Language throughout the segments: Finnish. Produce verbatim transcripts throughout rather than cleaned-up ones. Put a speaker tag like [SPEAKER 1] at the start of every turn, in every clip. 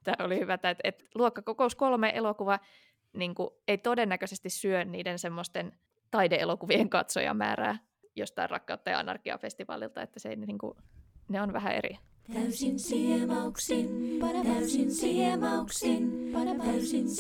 [SPEAKER 1] tämä oli hyvä, että et, Luokkakokous kolme elokuva niin kuin, ei todennäköisesti syö niiden semmoisten taideelokuvien katsojamäärää jostain Rakkautta ja anarkia-festivaalilta, että se ei, niin kuin, ne on vähän eri.
[SPEAKER 2] Täysin siemauksin, täysin siemauksin, täysin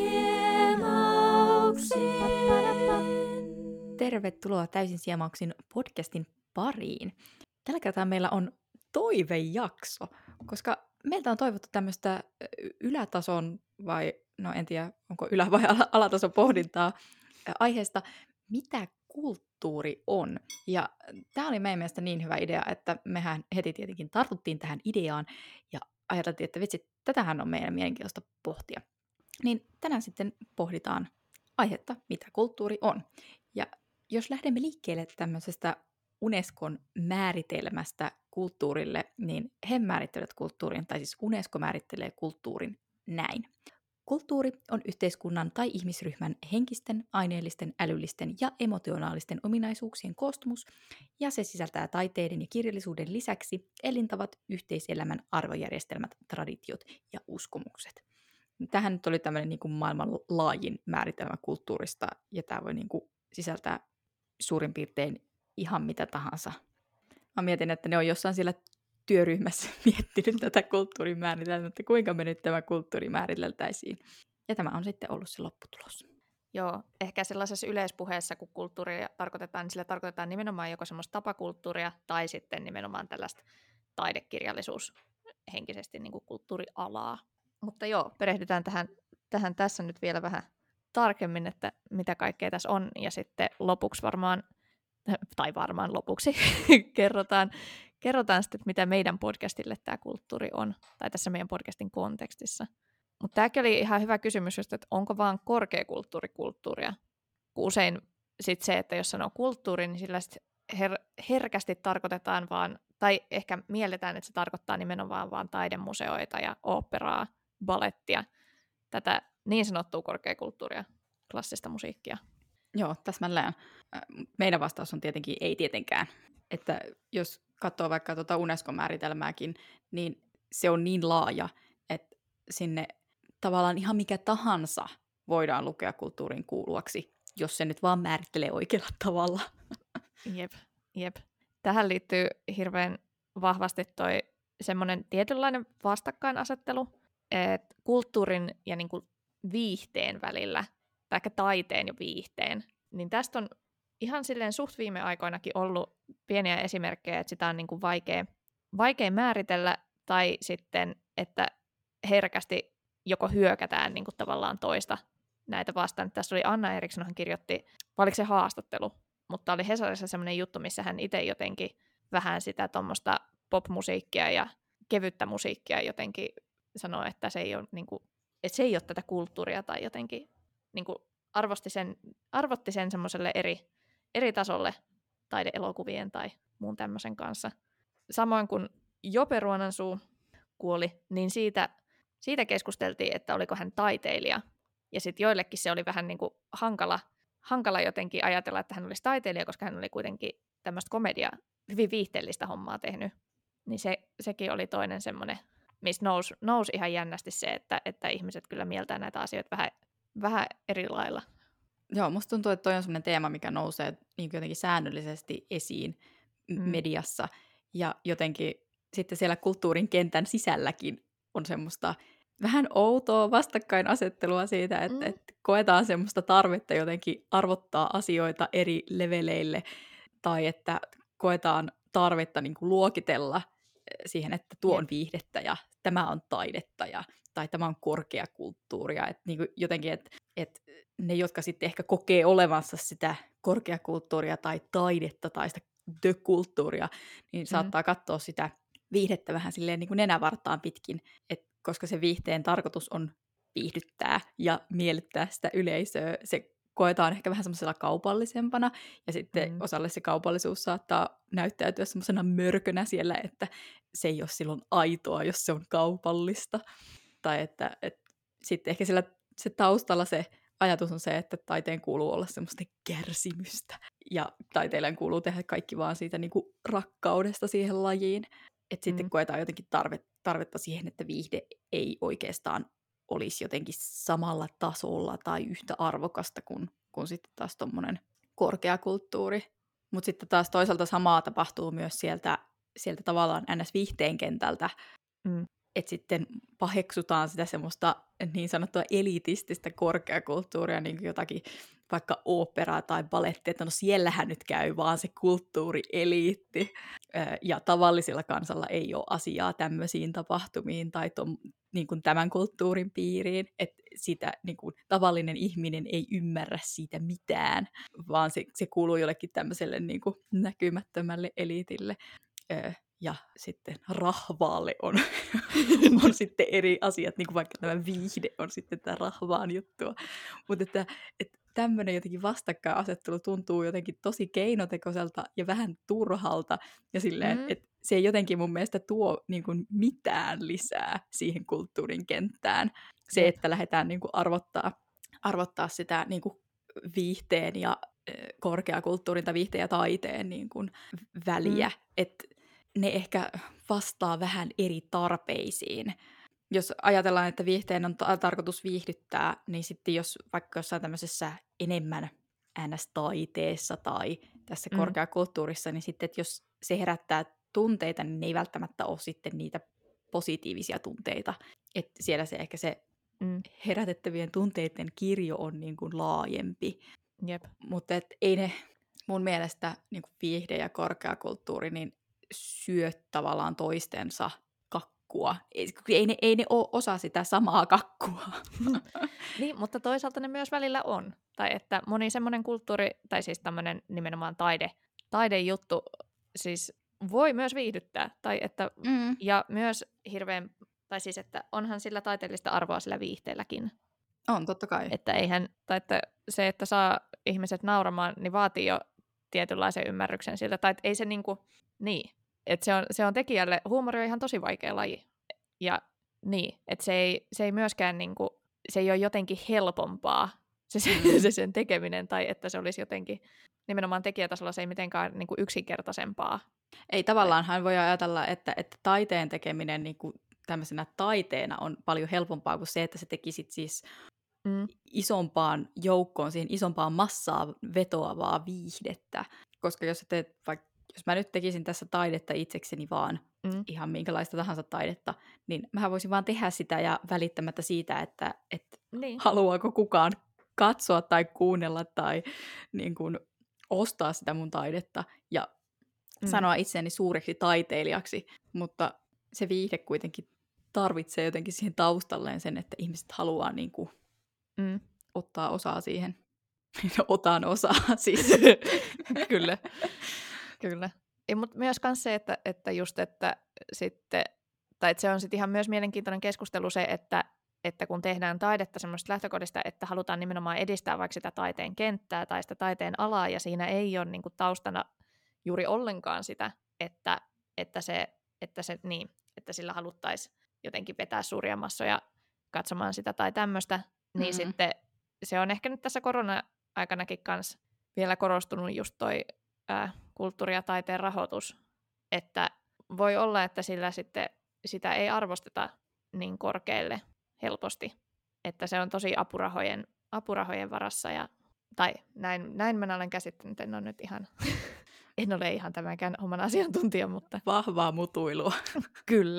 [SPEAKER 2] siemauksin.
[SPEAKER 3] Tervetuloa Täysin siemauksin podcastin pariin. Tällä kertaa meillä on toivejakso, koska meiltä on toivottu tämmöistä ylätason vai, no en tiedä, onko ylä- vai alatason pohdintaa aiheesta, mitä kulttuuri on. Ja tämä oli meidän mielestä niin hyvä idea, että mehän heti tietenkin tartuttiin tähän ideaan ja ajateltiin, että vitsi, tätähän on meidän mielenkiintoista pohtia. Niin tänään sitten pohditaan aihetta, mitä kulttuuri on. Ja jos lähdemme liikkeelle tämmöisestä Unescon määritelmästä kulttuurille, niin he määrittelevät kulttuurin, tai siis Unesco määrittelee kulttuurin näin. Kulttuuri on yhteiskunnan tai ihmisryhmän henkisten, aineellisten, älyllisten ja emotionaalisten ominaisuuksien koostumus, ja se sisältää taiteiden ja kirjallisuuden lisäksi elintavat, yhteiselämän arvojärjestelmät, traditiot ja uskomukset. Tähän nyt oli tämmöinen niin kuin maailman laajin määritelmä kulttuurista, ja tämä voi niin kuin sisältää suurin piirtein ihan mitä tahansa. Mä mietin, että ne on jossain siellä työryhmässä miettinyt tätä kulttuurin määritelmää, että kuinka me nyt tämä kulttuuri määriteltäisiin. Ja tämä on sitten ollut se lopputulos.
[SPEAKER 1] Joo, ehkä sellaisessa yleispuheessa, kun kulttuuria tarkoitetaan, niin sillä tarkoitetaan nimenomaan joko semmoista tapakulttuuria tai sitten nimenomaan tällaista taidekirjallisuus henkisesti niin kuin kulttuurialaa. Mutta joo, perehdytään tähän, tähän tässä nyt vielä vähän tarkemmin, että mitä kaikkea tässä on, ja sitten lopuksi varmaan, tai varmaan lopuksi kerrotaan, kerrotaan sitten, että mitä meidän podcastille tämä kulttuuri on, tai tässä meidän podcastin kontekstissa. Mutta tämäkin oli ihan hyvä kysymys, just, että onko vaan korkeakulttuuri kulttuuria? Kun usein sit se, että jos sanoo kulttuuri, niin sillä sit her- herkästi tarkoitetaan vaan, tai ehkä mielletään, että se tarkoittaa nimenomaan vaan taidemuseoita ja oopperaa, balettia, tätä niin sanottua korkeakulttuuria, klassista musiikkia.
[SPEAKER 3] Joo, täsmälleen. Meidän vastaus on tietenkin ei tietenkään. Että jos katsoo vaikka tuota Unesco-määritelmääkin, niin se on niin laaja, että sinne tavallaan ihan mikä tahansa voidaan lukea kulttuurin kuuluvaksi, jos se nyt vaan määrittelee oikealla tavalla.
[SPEAKER 1] Jep, jep. Tähän liittyy hirveän vahvasti toi semmoinen tietynlainen vastakkainasettelu, että kulttuurin ja niin kuin viihteen välillä, tai ehkä taiteen ja viihteen, niin tästä on ihan silleen suht viime aikoinakin ollut pieniä esimerkkejä, että sitä on niin kuin vaikea, vaikea määritellä, tai sitten, että herkästi joko hyökätään niin kuin tavallaan toista näitä vastaan. Tässä oli Anna Eriksson, hän kirjoitti, vai oliko se haastattelu, mutta oli Hesarissa semmoinen juttu, missä hän itse jotenkin vähän sitä tuommoista popmusiikkia ja kevyttä musiikkia jotenkin sanoi, että se ei ole, niin kuin, että se ei ole tätä kulttuuria tai jotenkin niin kuin arvosti sen, arvotti sen semmoiselle eri, eri tasolle taideelokuvien tai muun tämmöisen kanssa. Samoin kun Jope Ruonansuu kuoli, niin siitä, siitä keskusteltiin, että oliko hän taiteilija. Ja sitten joillekin se oli vähän niin kuin hankala, hankala jotenkin ajatella, että hän olisi taiteilija, koska hän oli kuitenkin tämmöistä komedia, hyvin viihteellistä hommaa tehnyt. Niin se, sekin oli toinen semmoinen, missä nousi, nousi ihan jännästi se, että, että ihmiset kyllä mieltää näitä asioita vähän, vähän eri lailla.
[SPEAKER 3] Joo, musta tuntuu, että toi on semmoinen teema, mikä nousee niin jotenkin säännöllisesti esiin mm. mediassa. Ja jotenkin sitten siellä kulttuurin kentän sisälläkin on semmoista vähän outoa vastakkainasettelua siitä, että, mm. että koetaan semmoista tarvetta jotenkin arvottaa asioita eri leveleille, tai että koetaan tarvetta niin kuin luokitella siihen, että tuo on viihdettä ja tämä on taidetta ja, tai tämä on korkeakulttuuria. Että niin kuin jotenkin, että, että ne, jotka sitten ehkä kokee olevansa sitä korkeakulttuuria tai taidetta tai sitä the-kulttuuria, niin mm. saattaa katsoa sitä viihdettä vähän silleen niin kuin nenävartaan pitkin, että koska se viihteen tarkoitus on viihdyttää ja miellyttää sitä yleisöä, se koetaan ehkä vähän semmoisella kaupallisempana, ja sitten mm. osalle se kaupallisuus saattaa näyttäytyä semmoisena mörkönä siellä, että se ei ole silloin aitoa, jos se on kaupallista. Tai että, että sitten ehkä sillä, se taustalla se ajatus on se, että taiteen kuuluu olla semmoista kärsimystä, ja taiteilijan kuuluu tehdä kaikki vaan siitä niin kuin rakkaudesta siihen lajiin. että sitten
[SPEAKER 1] Mm.
[SPEAKER 3] koetaan jotenkin tarve, tarvetta siihen, että viihde ei oikeastaan olisi jotenkin samalla tasolla tai yhtä arvokasta kuin, kuin sitten taas tuommoinen korkeakulttuuri. Mutta sitten taas toisaalta samaa tapahtuu myös sieltä, sieltä tavallaan N S-viihteen kentältä,
[SPEAKER 1] Mm.
[SPEAKER 3] että sitten paheksutaan sitä semmoista niin sanottua elitististä korkeakulttuuria, niin kuin jotakin vaikka oopperaa tai balettia, että no siellähän nyt käy vaan se kulttuurieliitti, ja tavallisilla kansalla ei ole asiaa tämmöisiin tapahtumiin tai ton, niin kuin tämän kulttuurin piiriin, että sitä niin kuin, tavallinen ihminen ei ymmärrä siitä mitään, vaan se, se kuuluu jollekin tämmöiselle niin kuin, näkymättömälle eliitille. Ja sitten rahvaalle on, on sitten eri asiat, niin kuin vaikka tämä viihde on sitten tämä rahvaan juttua. Mutta että, että tämmöinen jotenkin vastakkainasettelu tuntuu jotenkin tosi keinotekoiselta ja vähän turhalta. Ja silleen,
[SPEAKER 1] Mm.
[SPEAKER 3] että se ei jotenkin mun mielestä tuo niin kuin mitään lisää siihen kulttuurin kenttään. Se,
[SPEAKER 1] Jep.
[SPEAKER 3] että lähdetään niin kuin arvottaa, arvottaa sitä niin kuin viihteen ja korkeakulttuurin tai viihteen ja taiteen niin kuin väliä.
[SPEAKER 1] Mm.
[SPEAKER 3] Että ne ehkä vastaa vähän eri tarpeisiin. Jos ajatellaan, että viihteen on ta- tarkoitus viihdyttää, niin sitten jos vaikka jossain tämmöisessä enemmän N S-taiteessa tai tässä
[SPEAKER 1] Mm.
[SPEAKER 3] korkeakulttuurissa, niin sitten, että jos se herättää tunteita, niin ne ei välttämättä ole sitten niitä positiivisia tunteita. Että siellä se ehkä se
[SPEAKER 1] Mm.
[SPEAKER 3] herätettävien tunteiden kirjo on niin kuin laajempi.
[SPEAKER 1] Jep.
[SPEAKER 3] Mutta et ei ne mun mielestä niin kuin viihde ja korkeakulttuuri, niin syö tavallaan toistensa kakkua. Ei, ei, ne, ei ne ole osa sitä samaa kakkua.
[SPEAKER 1] Niin, mutta toisaalta ne myös välillä on. Tai että moni semmoinen kulttuuri, tai siis tämmöinen nimenomaan taide, taidejuttu, siis voi myös viihdyttää. Tai että,
[SPEAKER 3] Mm.
[SPEAKER 1] ja myös hirveän, tai siis että onhan sillä taiteellista arvoa sillä viihteelläkin.
[SPEAKER 3] On, totta kai.
[SPEAKER 1] Että eihän, tai että se, että saa ihmiset nauramaan, niin vaatii jo tietynlaisen ymmärryksen siltä. Tai että ei se niinku, niin. Että se on, se on tekijälle, huumori on ihan tosi vaikea laji. Ja niin, että se ei, se ei myöskään niinku, se ei ole jotenkin helpompaa se, se, se sen tekeminen, tai että se olisi jotenkin, nimenomaan tekijätasolla se ei mitenkään niinku yksinkertaisempaa.
[SPEAKER 3] Ei tavallaanhan voi ajatella, että, että taiteen tekeminen niin kuin tämmöisenä taiteena on paljon helpompaa kuin se, että sä tekisit siis
[SPEAKER 1] Mm.
[SPEAKER 3] isompaan joukkoon, siihen isompaan massaan vetoavaa viihdettä. Koska jos, teet, vaikka, jos mä nyt tekisin tässä taidetta itsekseni vaan,
[SPEAKER 1] Mm.
[SPEAKER 3] ihan minkälaista tahansa taidetta, niin mähän voisin vaan tehdä sitä ja välittämättä siitä, että, että
[SPEAKER 1] Niin.
[SPEAKER 3] haluaako kukaan katsoa tai kuunnella tai niin kuin, ostaa sitä mun taidetta ja
[SPEAKER 1] Mm.
[SPEAKER 3] sanoa itseäni suureksi taiteilijaksi, mutta se viihde kuitenkin tarvitsee jotenkin siihen taustalleen sen, että ihmiset haluaa niin kuin,
[SPEAKER 1] Mm.
[SPEAKER 3] ottaa osaa siihen. Otan osaa siis.
[SPEAKER 1] Kyllä. Kyllä. Ja, mutta myös kans se, että, että just, että sitten, tai että se on sitten ihan myös mielenkiintoinen keskustelu se, että, että kun tehdään taidetta semmoista lähtökohdista, että halutaan nimenomaan edistää vaikka sitä taiteen kenttää tai sitä taiteen alaa, ja siinä ei ole niin kuin taustana juuri ollenkaan sitä, että, että, se, että, se, niin, että sillä haluttaisiin jotenkin vetää suuria massoja katsomaan sitä tai tämmöistä, niin
[SPEAKER 3] Mm-hmm.
[SPEAKER 1] sitten se on ehkä nyt tässä korona-aikanakin kans vielä korostunut just toi ää, kulttuuri- ja taiteen rahoitus, että voi olla, että sillä sitten sitä ei arvosteta niin korkealle helposti, että se on tosi apurahojen, apurahojen varassa, ja, tai näin, näin mä olen käsittänyt, en ole nyt ihan, en ole ihan tämänkään oman asiantuntija, mutta
[SPEAKER 3] Vahvaa mutuilua.
[SPEAKER 1] kyllä.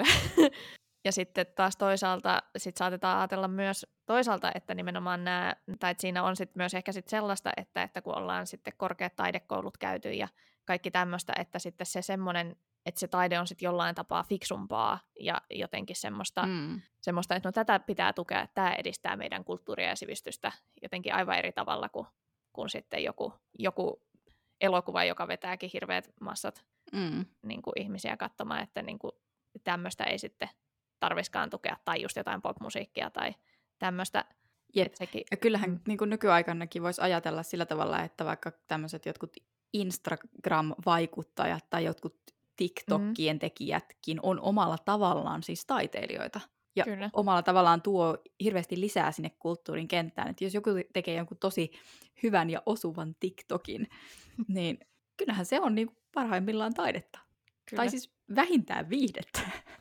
[SPEAKER 1] Ja sitten taas toisaalta sit saatetaan ajatella myös toisaalta, että nimenomaan nämä, tai että siinä on sit myös ehkä sit sellaista, että, että kun ollaan sitten korkeat taidekoulut käyty ja kaikki tämmöistä, että sitten se semmoinen, että se taide on sitten jollain tapaa fiksumpaa ja jotenkin semmoista,
[SPEAKER 3] Mm.
[SPEAKER 1] semmoista, että no tätä pitää tukea, että tämä edistää meidän kulttuuria ja sivistystä jotenkin aivan eri tavalla kuin, kuin sitten joku, joku elokuva, joka vetääkin hirveät massat
[SPEAKER 3] Mm.
[SPEAKER 1] niin kuin ihmisiä katsomaan, että niin kuin tämmöistä ei sitten tarviskaan tukea, tai just jotain popmusiikkia tai tämmöistä.
[SPEAKER 3] Jep.
[SPEAKER 1] Sekin,
[SPEAKER 3] Ja kyllähän
[SPEAKER 1] mm.
[SPEAKER 3] niin kuin nykyaikanakin voisi ajatella sillä tavalla, että vaikka tämmöiset jotkut Instagram-vaikuttajat tai jotkut TikTokien mm. tekijätkin on omalla tavallaan siis taiteilijoita. Ja
[SPEAKER 1] Kyllä.
[SPEAKER 3] omalla tavallaan tuo hirveästi lisää sinne kulttuurin kenttään. Että jos joku tekee jonkun tosi hyvän ja osuvan TikTokin, niin kyllähän se on niin kuin parhaimmillaan taidetta.
[SPEAKER 1] Kyllä.
[SPEAKER 3] Tai siis vähintään viihdettä.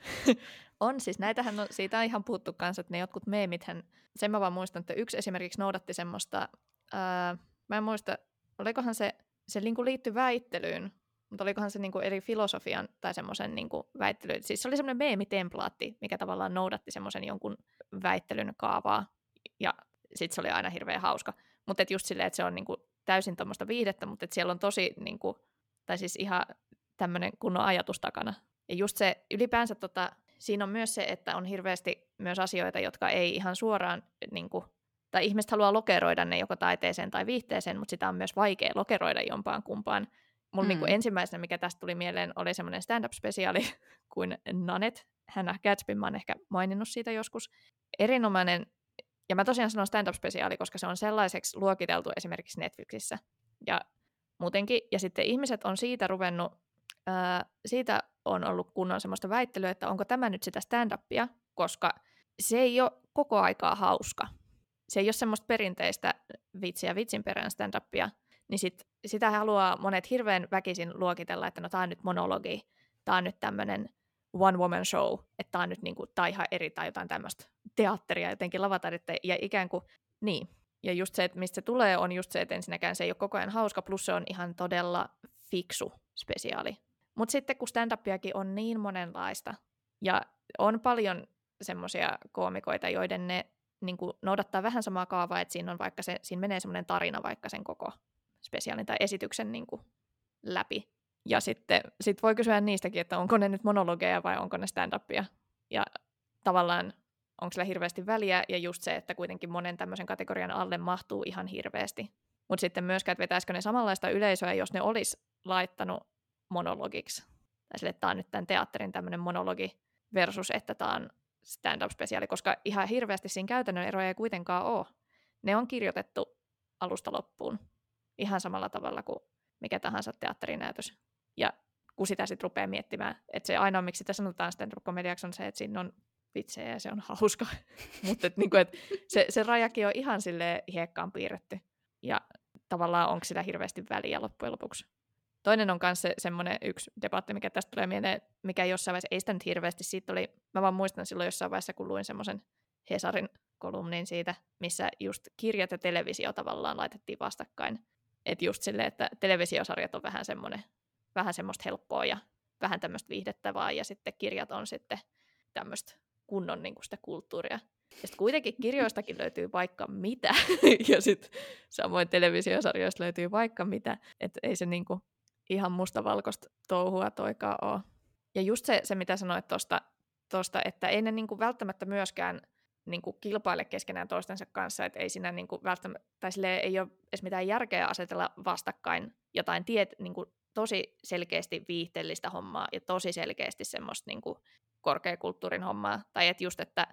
[SPEAKER 1] On siis, näitähän on, siitä on ihan puhuttu kanssa, että ne jotkut meemithän, sen mä vaan muistan, että yksi esimerkiksi noudatti semmoista, ää, mä en muista, olikohan se, se niinku liittyi väittelyyn, mutta olikohan se niinku eri filosofian tai semmoisen niinku väittelyyn, siis se oli semmoinen meemitemplaatti, mikä tavallaan noudatti semmoisen jonkun väittelyn kaavaa, ja sit se oli aina hirveän hauska, mutta just silleen, että se on niinku täysin tommoista viihdettä, mutta siellä on tosi, niinku, tai siis ihan tämmöinen kunnon ajatus takana. Ja just se ylipäänsä, tota, siinä on myös se, että on hirveästi myös asioita, jotka ei ihan suoraan, niin kuin, tai ihmiset haluaa lokeroida ne joko taiteeseen tai viihteeseen, mutta sitä on myös vaikea lokeroida jompaan kumpaan. Mulla mm. niin kuin ensimmäisenä, mikä tästä tuli mieleen, oli semmoinen stand-up-spesiaali kuin Nanet. Hannah Gadsbyn, mä oon ehkä maininnut siitä joskus. Erinomainen, ja mä tosiaan sanon stand-up-spesiaali, koska se on sellaiseksi luokiteltu esimerkiksi Netflixissä. Ja muutenkin, ja sitten ihmiset on siitä ruvennut, ää, siitä on ollut kunnon semmoista väittelyä, että onko tämä nyt sitä stand-upia, koska se ei ole koko aikaa hauska. Se ei ole semmoista perinteistä vitsiä vitsin perään stand-upia, niin sit, sitä haluaa monet hirveän väkisin luokitella, että no tää on nyt monologi, tää on nyt tämmönen one woman show, että tää on nyt niinku, tää on ihan eri tai jotain tämmöistä teatteria, jotenkin lavataidetta, ja ikään kuin, niin. Ja just se, että mistä se tulee, on just se, että ensinnäkään se ei ole koko ajan hauska, plus se on ihan todella fiksu spesiaali. Mutta sitten kun stand-upiakin on niin monenlaista, ja on paljon semmoisia koomikoita, joiden ne niin kuin noudattaa vähän samaa kaavaa, että siinä, on vaikka se, siinä menee semmoinen tarina vaikka sen koko spesiaalin tai esityksen niin kuin läpi. Ja sitten sit voi kysyä niistäkin, että onko ne nyt monologeja vai onko ne stand-upia. Ja tavallaan onko sillä hirveästi väliä, ja just se, että kuitenkin monen tämmöisen kategorian alle mahtuu ihan hirveästi. Mutta sitten myöskään, että vetäisikö ne samanlaista yleisöä, jos ne olisi laittanut monologiksi. Tai sille, että tämä on nyt tämän teatterin tämmöinen monologi versus, että tämä on stand-up-spesiaali, koska ihan hirveästi siinä käytännön eroja ei kuitenkaan ole. Ne on kirjoitettu alusta loppuun ihan samalla tavalla kuin mikä tahansa teatterinäytös. Ja kun sitä sitten rupeaa miettimään, että se ainoa, miksi sitä sanotaan stand-up-komediaksi, on se, että siinä on vitsejä ja se on hauska. Mutta niinku, se, se rajakin on ihan silleen hiekkaan piirretty. Ja tavallaan onko sillä hirveästi väliä loppujen lopuksi. Toinen on myös se, semmoinen yksi debatti, mikä tästä tulee mieleen, mikä jossain vaiheessa, ei sitä nyt hirveästi, siitä oli, mä vaan muistan silloin jossain vaiheessa, kun luin semmoisen Hesarin kolumnin siitä, missä just kirjat ja televisio tavallaan laitettiin vastakkain. Että just silleen, että televisiosarjat on vähän semmoinen, vähän semmoista helppoa ja vähän tämmöistä viihdettävää, ja sitten kirjat on sitten tämmöistä kunnon niin kuin sitä kulttuuria. Ja sitten kuitenkin kirjoistakin löytyy vaikka mitä, ja sitten samoin televisiosarjoista löytyy vaikka mitä, että ei se niinku ihan mustavalkoista touhua toikaan ole. Ja just se, se mitä sanoit tuosta, tosta, että ei ne niinku välttämättä myöskään niinku kilpaile keskenään toistensa kanssa, että ei siinä niinku välttämättä, tai silleen ei ole edes mitään järkeä asetella vastakkain jotain tiet, niinku tosi selkeästi viihteellistä hommaa ja tosi selkeästi semmoista niinku korkeakulttuurin hommaa. Tai että just, että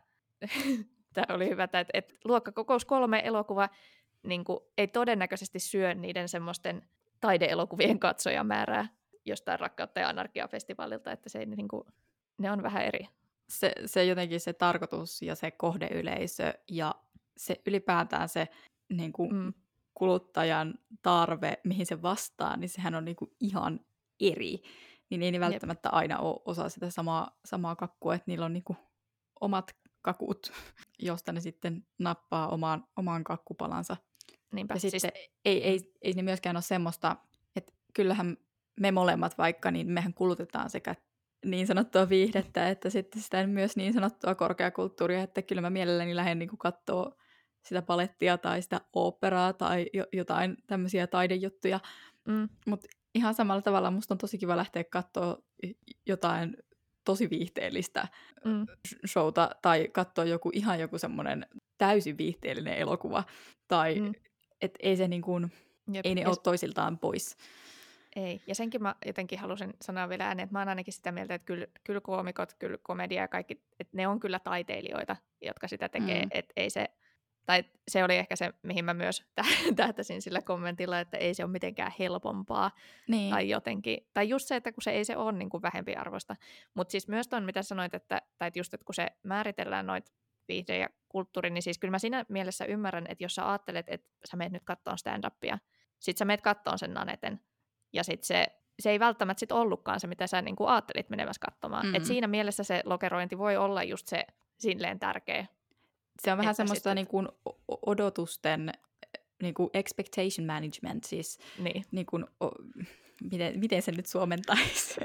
[SPEAKER 1] tämä oli hyvä, että, että Luokkakokous kolme elokuva niin kuin, ei todennäköisesti syö niiden semmoisten taideelokuvien katsojamäärää jostain Rakkautta ja anarkia-festivaalilta, että se ei, niin kuin, ne on vähän eri.
[SPEAKER 3] Se, se jotenkin se tarkoitus ja se kohdeyleisö ja se ylipäätään se niin kuin mm. kuluttajan tarve, mihin se vastaa, niin sehän on niin kuin ihan eri. Niin ei ne välttämättä Jep. aina ole osa sitä samaa, samaa kakkua, että niillä on niin kuin omat kakut, josta ne sitten nappaa omaan, omaan kakkupalansa. Niinpä, ja siis sitten ei, ei, ei ne myöskään ole semmoista, että kyllähän me molemmat vaikka, niin mehän kulutetaan sekä niin sanottua viihdettä, että sitten sitä myös niin sanottua korkeakulttuuria, että kyllä mä mielelläni lähden niin katsoa sitä palettia tai sitä oopperaa tai jo, jotain tämmöisiä taidejuttuja. Mm. Mutta ihan samalla tavalla musta on tosi kiva lähteä katsoa jotain tosi viihteellistä mm. showta tai katsoa joku ihan joku semmoinen täysin viihteellinen elokuva. Tai mm. et ei se niin kuin, ei ne ja ole toisiltaan pois.
[SPEAKER 1] Ei, ja senkin mä jotenkin halusin sanoa vielä ääneen, että mä oon ainakin sitä mieltä, että kyllä, kyllä koomikot, kyllä komedia ja kaikki, että ne on kyllä taiteilijoita, jotka sitä tekee, mm. että ei se, tai se oli ehkä se, mihin mä myös tähtäsin sillä kommentilla, että ei se ole mitenkään helpompaa, niin. tai jotenkin, tai just se, että kun se ei se ole niin kuin vähempiarvoista, mutta siis myös ton, mitä sanoit, että, tai just, että kun se määritellään noita viihde ja kulttuuri, niin siis kyllä mä siinä mielessä ymmärrän, että jos sä ajattelet, että sä meet nyt kattoon stand-upia, sit sä meet kattoon sen Naneten, ja sitten se se ei välttämättä sit ollutkaan se, mitä sä niin kuin ajattelit menevässä katsomaan.
[SPEAKER 3] Mm.
[SPEAKER 1] Et siinä mielessä se lokerointi voi olla just se silleen tärkeä.
[SPEAKER 3] Se on vähän
[SPEAKER 1] Että
[SPEAKER 3] semmoista
[SPEAKER 1] sit-
[SPEAKER 3] niin kuin o- odotusten niin kuin expectation management, siis
[SPEAKER 1] Niin,
[SPEAKER 3] niin kuin, o, miten, miten se nyt suomentaisi?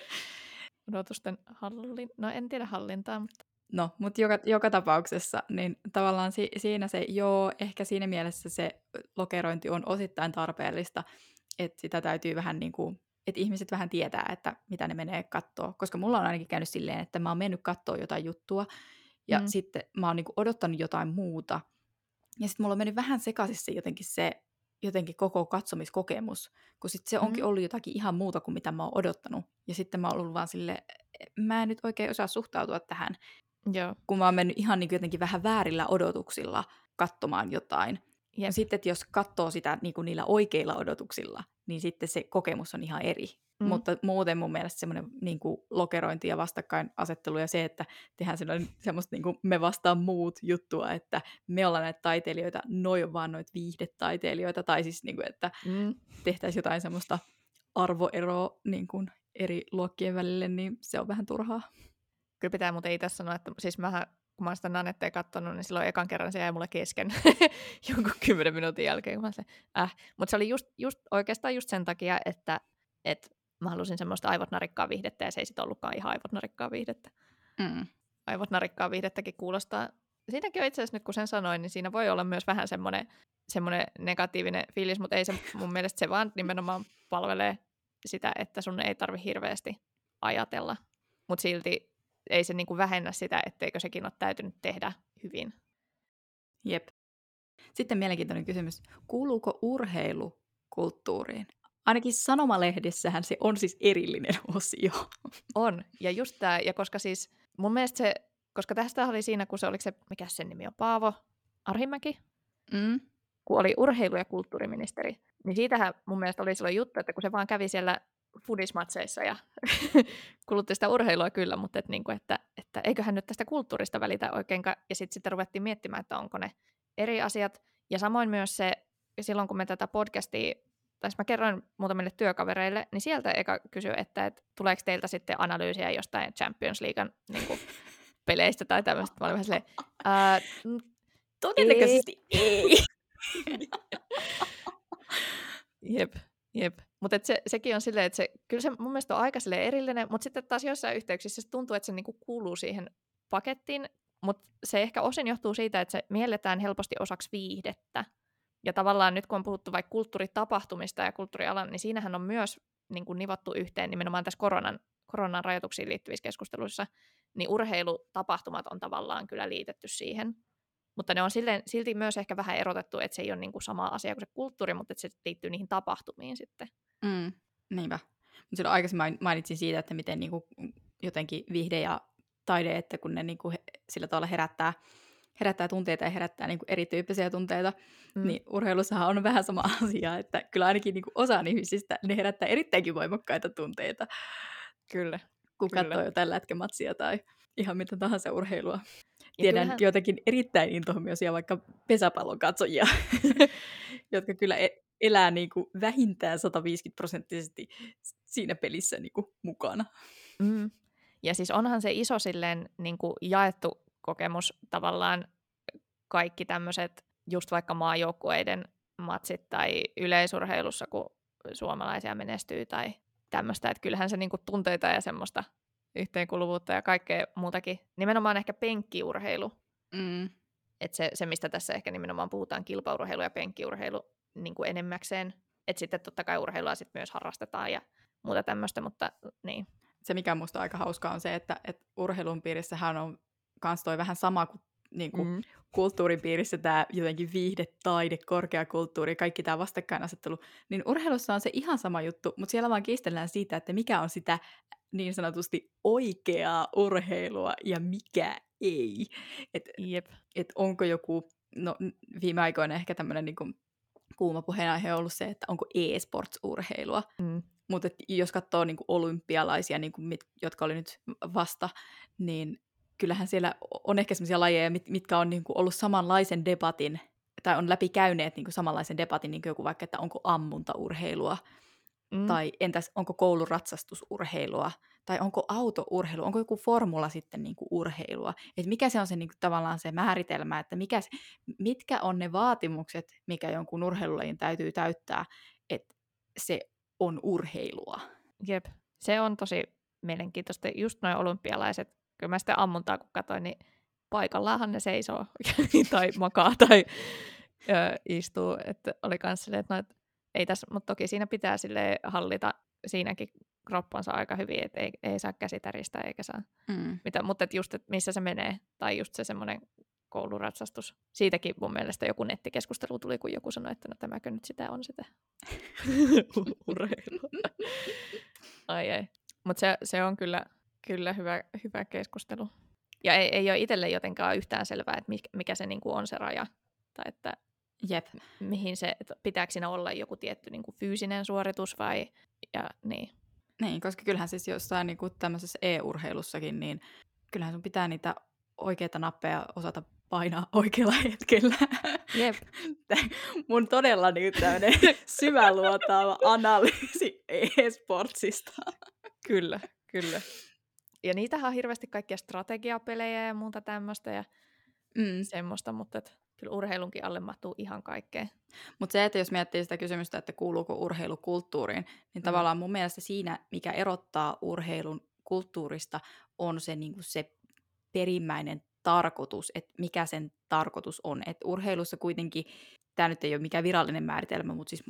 [SPEAKER 1] odotusten hallin... No en tiedä hallintaa, mutta...
[SPEAKER 3] No, mutta joka, joka tapauksessa, niin tavallaan si, siinä se, joo, ehkä siinä mielessä se lokerointi on osittain tarpeellista, että sitä täytyy vähän niin kuin, että ihmiset vähän tietää, että mitä ne menee kattoo. Koska mulla on ainakin käynyt silleen, että mä oon mennyt kattoo jotain juttua, ja
[SPEAKER 1] Mm.
[SPEAKER 3] sitten mä oon niin kuin odottanut jotain muuta. Ja sitten mulla on mennyt vähän sekaisin se jotenkin se jotenkin koko katsomiskokemus, kun sitten se onkin
[SPEAKER 1] Mm.
[SPEAKER 3] ollut jotakin ihan muuta kuin mitä mä oon odottanut. Ja sitten mä oon ollut vaan silleen, mä en nyt oikein osaa suhtautua tähän,
[SPEAKER 1] Joo.
[SPEAKER 3] kun mä oon mennyt ihan niin kuin jotenkin vähän väärillä odotuksilla katsomaan jotain. Ja
[SPEAKER 1] Jep.
[SPEAKER 3] sitten, että jos katsoo sitä niin kuin niillä oikeilla odotuksilla, niin sitten se kokemus on ihan eri.
[SPEAKER 1] Mm.
[SPEAKER 3] Mutta muuten mun mielestä semmoinen niin kuin lokerointi ja vastakkainasettelu ja se, että tehdään sellainen, semmoista niin kuin me vastaan muut juttua, että me ollaan näitä taiteilijoita, noi on vaan noita viihdetaiteilijoita, tai siis niin kuin, että
[SPEAKER 1] Mm.
[SPEAKER 3] tehtäisiin jotain semmoista arvoeroa niin kuin eri luokkien välille, niin se on vähän turhaa.
[SPEAKER 1] Kyllä pitää muuten itse sanoa, että siis mähän, kun mä oon sitä Nanettea katsonut, niin silloin ekan kerran se jäi mulle kesken jonkun kymmenen minuutin jälkeen, kun mä olin, äh. Mutta se oli just, just, oikeastaan just sen takia, että et mä halusin semmoista aivot narikkaa viihdettä, ja se ei sit ollutkaan ihan aivot narikkaa viihdettä.
[SPEAKER 3] Mm.
[SPEAKER 1] Aivot narikkaa viihdettäkin kuulostaa. Siinäkin on itse asiassa nyt, kun sen sanoin, niin siinä voi olla myös vähän semmoinen, semmoinen negatiivinen fiilis, mutta ei se mun mielestä se vaan nimenomaan palvelee sitä, että sun ei tarvi hirveästi ajatella. Mutta silti ei se niinku vähennä sitä, etteikö sekin ole täytynyt tehdä hyvin.
[SPEAKER 3] Jep. Sitten mielenkiintoinen kysymys. Kuuluuko urheilu kulttuuriin? Ainakin sanomalehdessähän se on siis erillinen osio.
[SPEAKER 1] On. Ja just tää, ja koska siis mun mielestä se, koska tästä oli siinä, kun se oliko se, mikä sen nimi on, Paavo Arhimäki,
[SPEAKER 3] Mm.
[SPEAKER 1] kun oli urheilu- ja kulttuuriministeri, niin siitähän mun mielestä oli silloin juttu, että kun se vaan kävi siellä fudismatseissa ja kulutti sitä urheilua kyllä, mutta et niinku, että, että eiköhän nyt tästä kulttuurista välitä oikeinkaan, ja sitten sitten ruvettiin miettimään, että onko ne eri asiat, ja samoin myös se, silloin kun me tätä podcastia, tai mä kerroin muutamille työkavereille, niin sieltä eka kysyi, että et, tuleeko teiltä sitten analyysiä jostain Champions Leaguean niinku, peleistä tai tämmöistä, mä olin vähän silleen, ää, mm,
[SPEAKER 3] Todennäköisesti ei.
[SPEAKER 1] Jep, jep. Mutta se, sekin on silleen, että se, kyllä se mun mielestä on aika erillinen, mutta sitten taas jossain yhteyksissä se tuntuu, että se niinku kuuluu siihen pakettiin, mutta se ehkä osin johtuu siitä, että se mielletään helposti osaksi viihdettä. Ja tavallaan nyt kun on puhuttu vaikka kulttuuritapahtumista ja kulttuurialan, niin siinähän on myös niin kuin nivottu yhteen nimenomaan tässä koronan, koronan rajoituksiin liittyvissä keskusteluissa, niin urheilutapahtumat on tavallaan kyllä liitetty siihen. Mutta ne on silleen, silti myös ehkä vähän erotettu, että se ei ole niin kuin sama asia kuin se kulttuuri, mutta että se liittyy niihin tapahtumiin sitten.
[SPEAKER 3] Mm. Niinpä. Mutta silloin aikaisemmin mainitsin siitä, että miten niinku jotenkin viihde ja taide, että kun ne niinku he, sillä tavalla herättää, herättää tunteita ja herättää niinku erityyppisiä tunteita, mm. niin urheilussahan on vähän sama asia, että kyllä ainakin niinku osa ihmisistä ne herättää erittäinkin voimakkaita tunteita.
[SPEAKER 1] Kyllä.
[SPEAKER 3] Kun
[SPEAKER 1] kyllä.
[SPEAKER 3] katsoo jotain lätkämatsia tai ihan mitä tahansa urheilua.
[SPEAKER 1] Ja
[SPEAKER 3] Tiedän
[SPEAKER 1] kyllähän...
[SPEAKER 3] joitakin erittäin intohimoisia vaikka pesäpallon katsojia, jotka kyllä elää niin kuin vähintään sata viisikymmentä prosenttisesti siinä pelissä niin kuin mukana.
[SPEAKER 1] Mm. Ja siis onhan se iso silleen niin kuin jaettu kokemus tavallaan kaikki tämmöiset just vaikka maajoukkueiden matsit tai yleisurheilussa, kun suomalaisia menestyy tai tämmöistä, että kyllähän se niin kuin tunteita ja semmoista yhteenkuuluvuutta ja kaikkea muutakin. Nimenomaan ehkä penkkiurheilu.
[SPEAKER 3] Mm.
[SPEAKER 1] Että se, se, mistä tässä ehkä nimenomaan puhutaan, kilpaurheilu ja penkkiurheilu niin kuin enemmäkseen. Että sitten totta kai urheilua sit myös harrastetaan ja muuta tämmöistä, mutta niin.
[SPEAKER 3] Se, mikä musta on aika hauskaa, on se, että, että urheilun piirissähän on kans toi vähän sama kuin, niin kuin mm. kulttuurin piirissä tämä jotenkin viihde, taide, korkeakulttuuri, kaikki tämä vastakkainasettelu. Niin urheilussa on se ihan sama juttu, mutta siellä vaan kiistellään siitä, että mikä on sitä niin sanotusti oikeaa urheilua ja mikä ei. Että et onko joku, no viime aikoina ehkä tämmöinen niinku kuuma puheenaihe on ollut se, että onko e-sports-urheilua.
[SPEAKER 1] Mm.
[SPEAKER 3] Mutta jos katsoo niinku olympialaisia, niinku mit, jotka oli nyt vasta, niin kyllähän siellä on ehkä sellaisia lajeja, mit, mitkä on niinku ollut samanlaisen debatin, tai on läpikäyneet niinku samanlaisen debatin, niin kuin joku vaikka, että onko ammuntaurheilua.
[SPEAKER 1] Mm.
[SPEAKER 3] Tai entäs onko kouluratsastusurheilua? Tai onko autourheilu? Onko joku formula sitten niin kuin urheilua? Et mikä se on se niin kuin tavallaan se määritelmä, että mikä se, mitkä on ne vaatimukset, mikä jonkun urheilulajin täytyy täyttää, että se on urheilua?
[SPEAKER 1] Jep, se on tosi mielenkiintoista. Just noin olympialaiset, kyllä mä sitten ammuntaa kun katsoin, niin paikallaanhan ne seisoo tai makaa tai ö, istuu. Että oli kans silleen, että no, et ei tässä, mutta toki siinä pitää silleen hallita siinäkin kroppansa aika hyvin, että ei, ei saa käsitäristä eikä saa
[SPEAKER 3] Mm.
[SPEAKER 1] mitä, mutta et just, että missä se menee, tai just se semmoinen kouluratsastus. Siitäkin mun mielestä joku nettikeskustelu tuli, kun joku sanoi, että no tämäkö nyt sitä on sitä urheilua. Ai ei. Mutta se, se on kyllä, kyllä hyvä, hyvä keskustelu. Ja ei, ei ole itselle jotenkaan yhtään selvää, että mikä, mikä se niinku on se raja. Tai että
[SPEAKER 3] Jep.
[SPEAKER 1] mihin se, että pitääkö siinä olla joku tietty niinku fyysinen suoritus vai, ja niin.
[SPEAKER 3] Niin, koska kyllähän siis jossain niin kuin tämmöisessä e-urheilussakin, niin kyllähän sun pitää niitä oikeita nappeja osata painaa oikealla hetkellä.
[SPEAKER 1] Jep.
[SPEAKER 3] Mun todella niin tämmöinen syväluotaava analyysi e-sportsista.
[SPEAKER 1] Kyllä, kyllä. Ja niitähän on hirveästi kaikkia strategiapelejä ja muuta tämmöistä ja
[SPEAKER 3] Mm.
[SPEAKER 1] semmoista, mutta et, kyllä urheilunkin alle mahtuu ihan kaikkea.
[SPEAKER 3] Mutta se, että jos miettii sitä kysymystä, että kuuluuko urheilu kulttuuriin, niin mm. tavallaan mun mielestä siinä, mikä erottaa urheilun kulttuurista, on se, niin kuin se perimmäinen tarkoitus, että mikä sen tarkoitus on. Et urheilussa kuitenkin, tämä nyt ei ole mikään virallinen määritelmä, mutta siis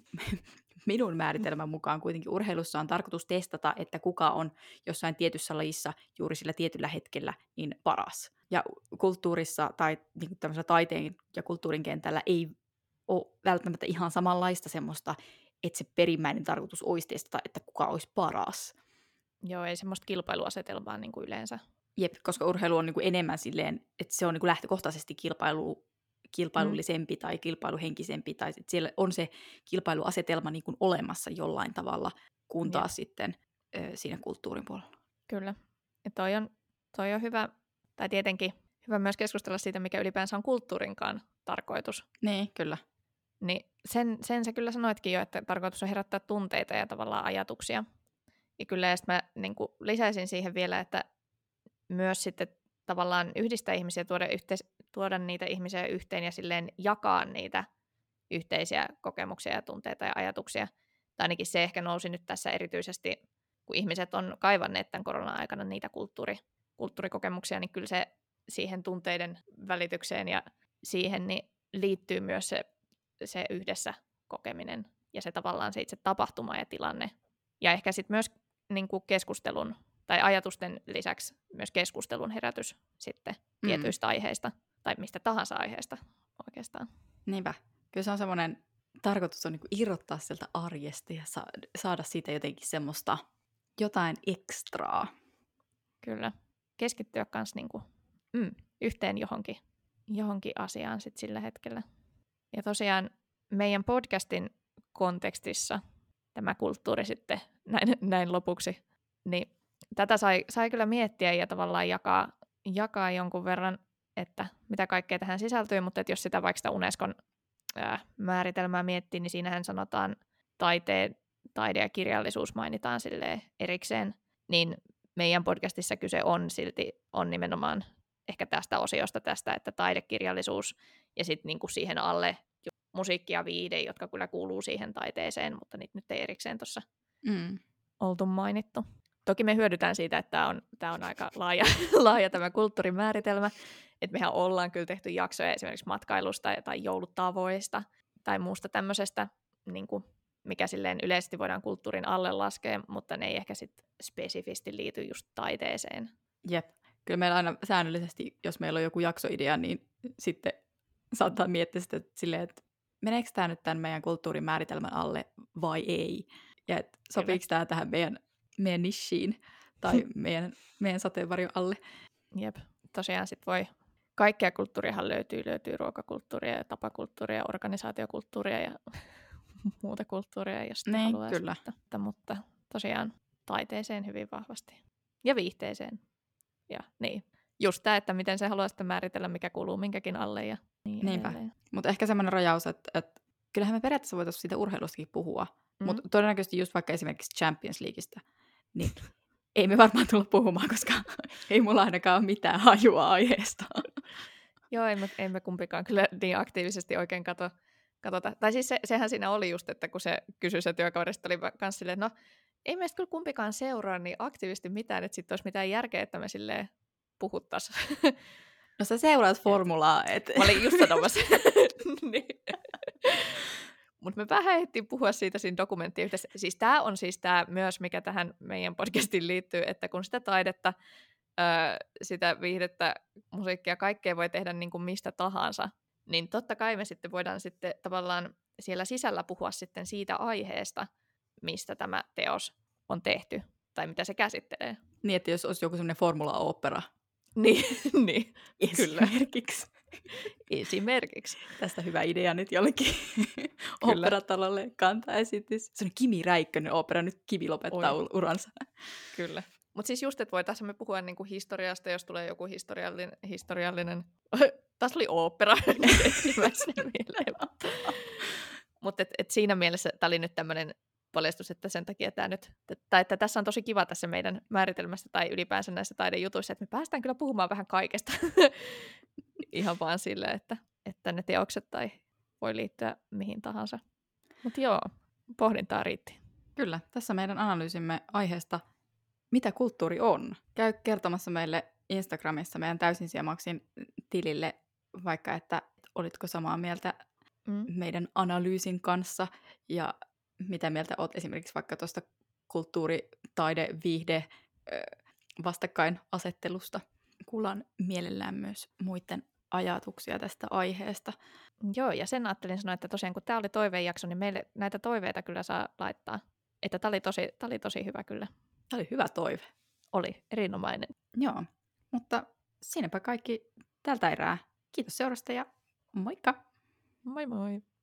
[SPEAKER 3] minun määritelmän mukaan kuitenkin urheilussa on tarkoitus testata, että kuka on jossain tietyssä lajissa juuri sillä tietyllä hetkellä niin paras. Ja kulttuurissa tai niin kuin tämmöisellä taiteen ja kulttuurin kentällä ei ole välttämättä ihan samanlaista semmoista, että se perimmäinen tarkoitus olisi testata, että kuka olisi paras.
[SPEAKER 1] Joo, ei semmoista kilpailuasetelmaa niin kuin yleensä.
[SPEAKER 3] Jep, koska urheilu on niin kuin enemmän silleen, että se on niin kuin lähtökohtaisesti kilpailu, kilpailullisempi mm. tai kilpailuhenkisempi, tai että siellä on se kilpailuasetelma niin kuin olemassa jollain tavalla, kun taas Jep. sitten ö, siinä kulttuurin puolella.
[SPEAKER 1] Kyllä. Ja toi on, toi on hyvä, tai tietenkin hyvä myös keskustella siitä, mikä ylipäänsä on kulttuurinkaan tarkoitus.
[SPEAKER 3] Niin, kyllä.
[SPEAKER 1] Niin sen, sen sä kyllä sanoitkin jo, että tarkoitus on herättää tunteita ja tavallaan ajatuksia. Ja kyllä, ja mä niin kuin lisäisin siihen vielä, että myös sitten tavallaan yhdistää ihmisiä, tuoda, yhteis- tuoda niitä ihmisiä yhteen ja silleen jakaa niitä yhteisiä kokemuksia ja tunteita ja ajatuksia. Tai ainakin se ehkä nousi nyt tässä erityisesti, kun ihmiset on kaivanneet tämän korona-aikana niitä kulttuuri, kulttuurikokemuksia, niin kyllä se siihen tunteiden välitykseen ja siihen niin liittyy myös se, se yhdessä kokeminen ja se tavallaan se itse tapahtuma ja tilanne. Ja ehkä sitten myös niin kuin keskustelun tai ajatusten lisäksi myös keskustelun herätys sitten mm. tietyistä aiheista tai mistä tahansa aiheesta oikeastaan.
[SPEAKER 3] Niinpä. Kyllä se on semmoinen, tarkoitus on niin kuin irrottaa sieltä arjesta ja sa- saada siitä jotenkin semmoista jotain ekstraa.
[SPEAKER 1] Kyllä. Keskittyä kans niin kuin, mm, yhteen johonkin, johonkin asiaan sit sillä hetkellä. Ja tosiaan meidän podcastin kontekstissa tämä kulttuuri sitten näin, näin lopuksi, niin tätä sai, sai kyllä miettiä ja tavallaan jakaa, jakaa jonkun verran, että mitä kaikkea tähän sisältyy, mutta että jos sitä vaikka sitä Unescon ää, määritelmää miettii, niin siinähän sanotaan taiteen, taide ja kirjallisuus mainitaan silleen erikseen, niin meidän podcastissa kyse on silti on nimenomaan ehkä tästä osiosta tästä, että taidekirjallisuus ja sitten niinku siihen alle musiikki ja viide, jotka kyllä kuuluu siihen taiteeseen, mutta niitä nyt ei erikseen tuossa mm. oltu mainittu. Toki me hyödytään siitä, että tämä on, tää on aika laaja, laaja tämä kulttuurimääritelmä, että mehän ollaan kyllä tehty jaksoja esimerkiksi matkailusta tai joulutavoista tai muusta tämmöisestä, niin kuin, mikä silleen yleisesti voidaan kulttuurin alle laskea, mutta ne ei ehkä sitten spesifisti liity just taiteeseen.
[SPEAKER 3] Jep. Kyllä meillä aina säännöllisesti, jos meillä on joku jaksoidea, niin sitten saattaa miettiä sitä silleen, että meneekö tämä nyt tämän meidän kulttuurin määritelmän alle vai ei? Ja et sopiiko tämä tähän meidän, meidän nishiin tai meidän, meidän sateenvarjon alle?
[SPEAKER 1] Jep. Tosiaan sitten voi, kaikkea kulttuuriahan löytyy, löytyy ruokakulttuuria ja tapakulttuuria, organisaatiokulttuuria ja muuta kulttuuria, jos
[SPEAKER 3] niin,
[SPEAKER 1] haluaa.
[SPEAKER 3] Kyllä.
[SPEAKER 1] Mutta, mutta tosiaan taiteeseen hyvin vahvasti. Ja viihteeseen. Ja niin. Just tämä, että miten se haluaa sitten määritellä, mikä kuuluu minkäkin alle ja niin
[SPEAKER 3] Niinpä. Mutta ehkä semmoinen rajaus, että, että kyllähän me periaatteessa voitaisiin siitä urheilustakin puhua.
[SPEAKER 1] Mm.
[SPEAKER 3] Mutta todennäköisesti just vaikka esimerkiksi Champions Leagueista, niin ei me varmaan tulla puhumaan, koska ei mulla ainakaan ole mitään hajua aiheesta.
[SPEAKER 1] Joo, ei me, ei me kumpikaan kyllä niin aktiivisesti oikein kato, katsota. Tai siis se, sehän siinä oli just, että kun se kysyi se työkaverista, oli myös silleen, no ei meistä kyllä kumpikaan seuraa niin aktiivisesti mitään, että sitten olisi mitään järkeä, että me silleen puhuttaisiin.
[SPEAKER 3] No sä seuraat formulaa. Et...
[SPEAKER 1] Mä olin just sanomassa. Niin. Mutta me vähän ehdittiin puhua siitä siinä dokumenttiyhdessä. Siis tämä on siis tämä myös, mikä tähän meidän podcastiin liittyy, että kun sitä taidetta, öö, sitä viihdettä, musiikkia, kaikkea voi tehdä niin kuin mistä tahansa, niin totta kai me sitten voidaan sitten tavallaan siellä sisällä puhua sitten siitä aiheesta, mistä tämä teos on tehty, tai mitä se käsittelee.
[SPEAKER 3] Niin, että jos olisi joku semmoinen formula-opera.
[SPEAKER 1] Niin, niin kyllä.
[SPEAKER 3] Esimerkiksi.
[SPEAKER 1] Esimerkiksi.
[SPEAKER 3] Tästä hyvä idea nyt jollekin oopperatalolle kantaa esitys. Se on Kimi Räikkönen opera, nyt Kimi lopettaa Oi. uransa.
[SPEAKER 1] Kyllä. Mutta siis just, että voitaisiin me puhua niinku historiasta, jos tulee joku historiallinen... historiallinen... Taas oli ooppera. Mutta et, et siinä mielessä tämä oli nyt tämmöinen paljastus, että sen takia tämä nyt... Tai että tässä on tosi kiva tässä meidän määritelmässä tai ylipäänsä näissä taidejutuissa, että me päästään kyllä puhumaan vähän kaikesta. Ihan vaan sille, että, että ne teokset tai voi liittyä mihin tahansa. Mutta joo, pohdintaa riitti.
[SPEAKER 3] Kyllä, tässä meidän analyysimme aiheesta, mitä kulttuuri on. Käy kertomassa meille Instagramissa meidän Täysin Siemaksin tilille, vaikka että olitko samaa mieltä mm. meidän analyysin kanssa ja mitä mieltä olet esimerkiksi vaikka tuosta kulttuuri, taide, viihde vastakkainasettelusta. Kuullaan mielellään myös muiden ajatuksia tästä aiheesta.
[SPEAKER 1] Joo, ja sen ajattelin sanoa, että tosiaan kun tämä oli toiveenjakso, niin meille näitä toiveita kyllä saa laittaa. Että tämä oli tosi, tämä oli tosi hyvä kyllä.
[SPEAKER 3] Tämä oli hyvä toive.
[SPEAKER 1] Oli, erinomainen.
[SPEAKER 3] Joo, mutta siinäpä kaikki tältä erää. Kiitos seurasta ja moikka!
[SPEAKER 1] Moi moi!